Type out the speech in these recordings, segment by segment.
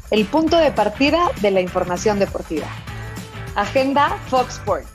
el punto de partida de la información deportiva. Agenda Fox Sports.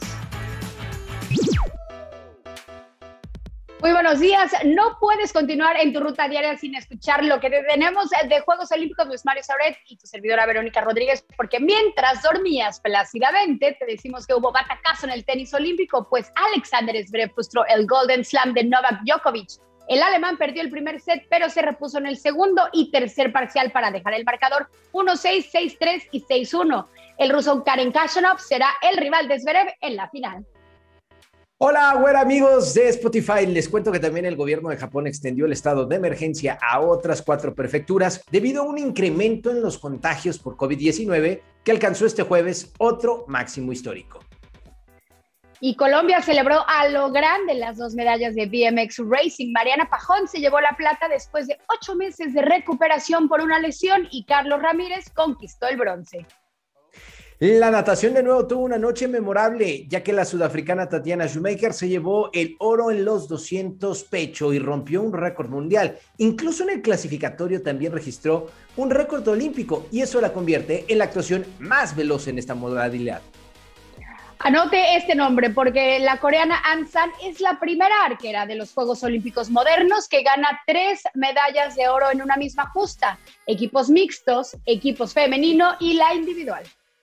Muy buenos días. No puedes continuar en tu ruta diaria sin escuchar lo que tenemos de Juegos Olímpicos. Luis Mario Sauret y tu servidora Verónica Rodríguez, porque mientras dormías plácidamente, te decimos que hubo batacazo en el tenis olímpico, pues Alexander Zverev frustró el Golden Slam de Novak Djokovic. El alemán perdió el primer set, pero se repuso en el segundo y tercer parcial para dejar el marcador 1-6, 6-3 y 6-1. El ruso Karen Khachanov será el rival de Zverev en la final. Hola, güera amigos de Spotify. Les cuento que también el gobierno de Japón extendió el estado de emergencia a otras 4 prefecturas debido a un incremento en los contagios por COVID-19 que alcanzó este jueves otro máximo histórico. Y Colombia celebró a lo grande las 2 medallas de BMX Racing. Mariana Pajón se llevó la plata después de 8 meses de recuperación por una lesión y Carlos Ramírez conquistó el bronce. La natación de nuevo tuvo una noche memorable, ya que la sudafricana Tatiana Shoemaker se llevó el oro en los 200 pecho y rompió un récord mundial. Incluso en el clasificatorio también registró un récord olímpico y eso la convierte en la actuación más veloz en esta modalidad. Anote este nombre porque la coreana An San es la primera arquera de los Juegos Olímpicos modernos que gana 3 medallas de oro en una misma justa, equipos mixtos, equipos femenino y la individual.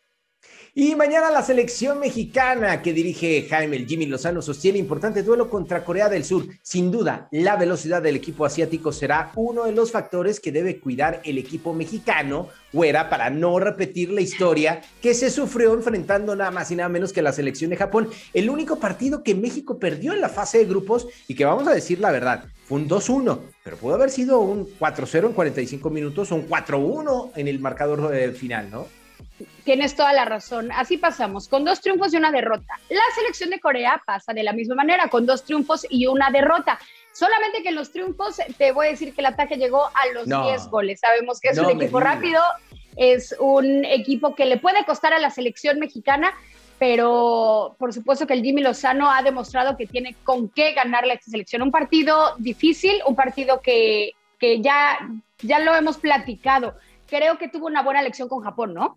Y mañana la selección mexicana que dirige Jaime el Jimmy Lozano sostiene importante duelo contra Corea del Sur. Sin duda, la velocidad del equipo asiático será uno de los factores que debe cuidar el equipo mexicano, güera, para no repetir la historia que se sufrió enfrentando nada más y nada menos que la selección de Japón. El único partido que México perdió en la fase de grupos y que vamos a decir la verdad, fue un 2-1, pero pudo haber sido un 4-0 en 45 minutos o un 4-1 en el marcador final, ¿no? Tienes toda la razón. Así pasamos, con 2 triunfos y una derrota. La selección de Corea pasa de la misma manera, con 2 triunfos y una derrota. Solamente que en los triunfos, te voy a decir que el ataque llegó a los 10 goles. Sabemos que es un equipo rápido, es un equipo que le puede costar a la selección mexicana, pero por supuesto que el Jimmy Lozano ha demostrado que tiene con qué ganarle a esta selección. Un partido difícil, un partido que ya lo hemos platicado. Creo que tuvo una buena lección con Japón, ¿no?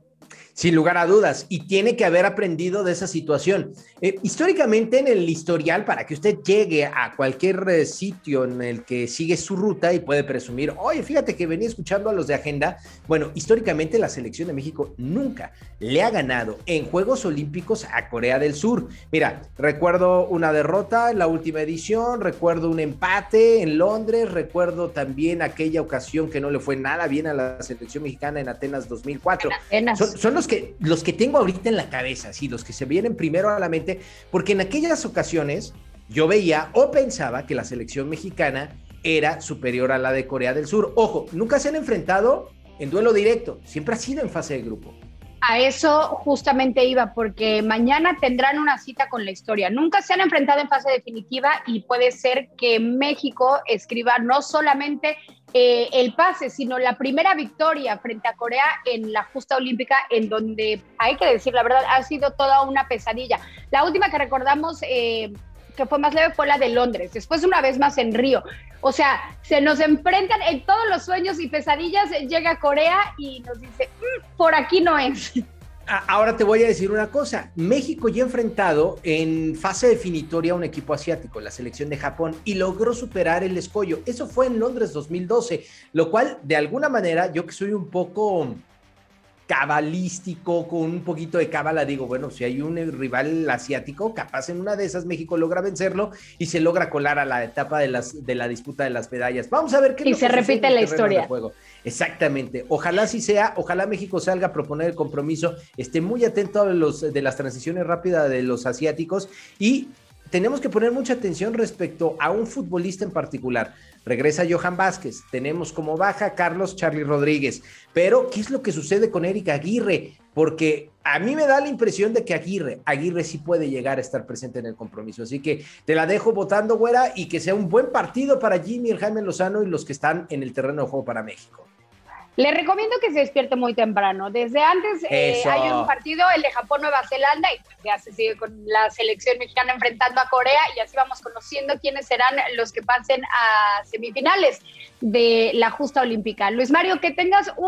Sin lugar a dudas, y tiene que haber aprendido de esa situación. Históricamente en el historial, para que usted llegue a cualquier sitio en el que sigue su ruta y puede presumir, oye, fíjate que venía escuchando a los de Agenda, bueno, históricamente la selección de México nunca le ha ganado en Juegos Olímpicos a Corea del Sur. Mira, recuerdo una derrota en la última edición, recuerdo un empate en Londres, recuerdo también aquella ocasión que no le fue nada bien a la selección mexicana en Atenas 2004. Son los que tengo ahorita en la cabeza, sí, los que se vienen primero a la mente, porque en aquellas ocasiones yo veía o pensaba que la selección mexicana era superior a la de Corea del Sur. Ojo, nunca se han enfrentado en duelo directo, siempre ha sido en fase de grupo. A eso justamente iba, porque mañana tendrán una cita con la historia. Nunca se han enfrentado en fase definitiva y puede ser que México escriba no solamente el pase, sino la primera victoria frente a Corea en la justa olímpica, en donde, hay que decir la verdad, ha sido toda una pesadilla. La última que recordamos que fue más leve fue la de Londres, después una vez más en Río. O sea, se nos enfrentan en todos los sueños y pesadillas, llega Corea y nos dice, por aquí no es. Ahora te voy a decir una cosa, México ya ha enfrentado en fase definitoria a un equipo asiático, la selección de Japón, y logró superar el escollo. Eso fue en Londres 2012, lo cual de alguna manera, yo que soy un poco cabalístico, con un poquito de cábala, digo, bueno, si hay un rival asiático, capaz en una de esas México logra vencerlo y se logra colar a la etapa de la disputa de las medallas. Vamos a ver qué y se repite la historia. Exactamente, ojalá así sea, ojalá México salga a proponer el compromiso, esté muy atento a de las transiciones rápidas de los asiáticos y tenemos que poner mucha atención respecto a un futbolista en particular. Regresa Johan Vázquez, tenemos como baja Carlos Charly Rodríguez, pero ¿qué es lo que sucede con Eric Aguirre? Porque a mí me da la impresión de que Aguirre sí puede llegar a estar presente en el compromiso, así que te la dejo votando, güera, y que sea un buen partido para Jimmy, el Jaime Lozano y los que están en el terreno de juego para México. Le recomiendo que se despierte muy temprano. Desde antes hay un partido, el de Japón-Nueva Zelanda, y pues ya se sigue con la selección mexicana enfrentando a Corea, y así vamos conociendo quiénes serán los que pasen a semifinales de la justa olímpica. Luis Mario, que tengas un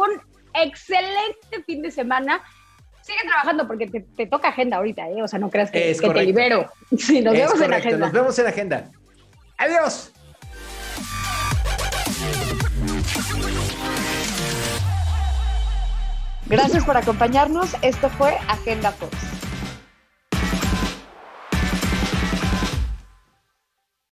excelente fin de semana. Sigue trabajando porque te toca agenda ahorita, ¿eh? O sea, no creas que correcto. te libero. Sí, nos vemos en agenda. Nos vemos en agenda. ¡Adiós! Gracias por acompañarnos. Esto fue Agenda Fox.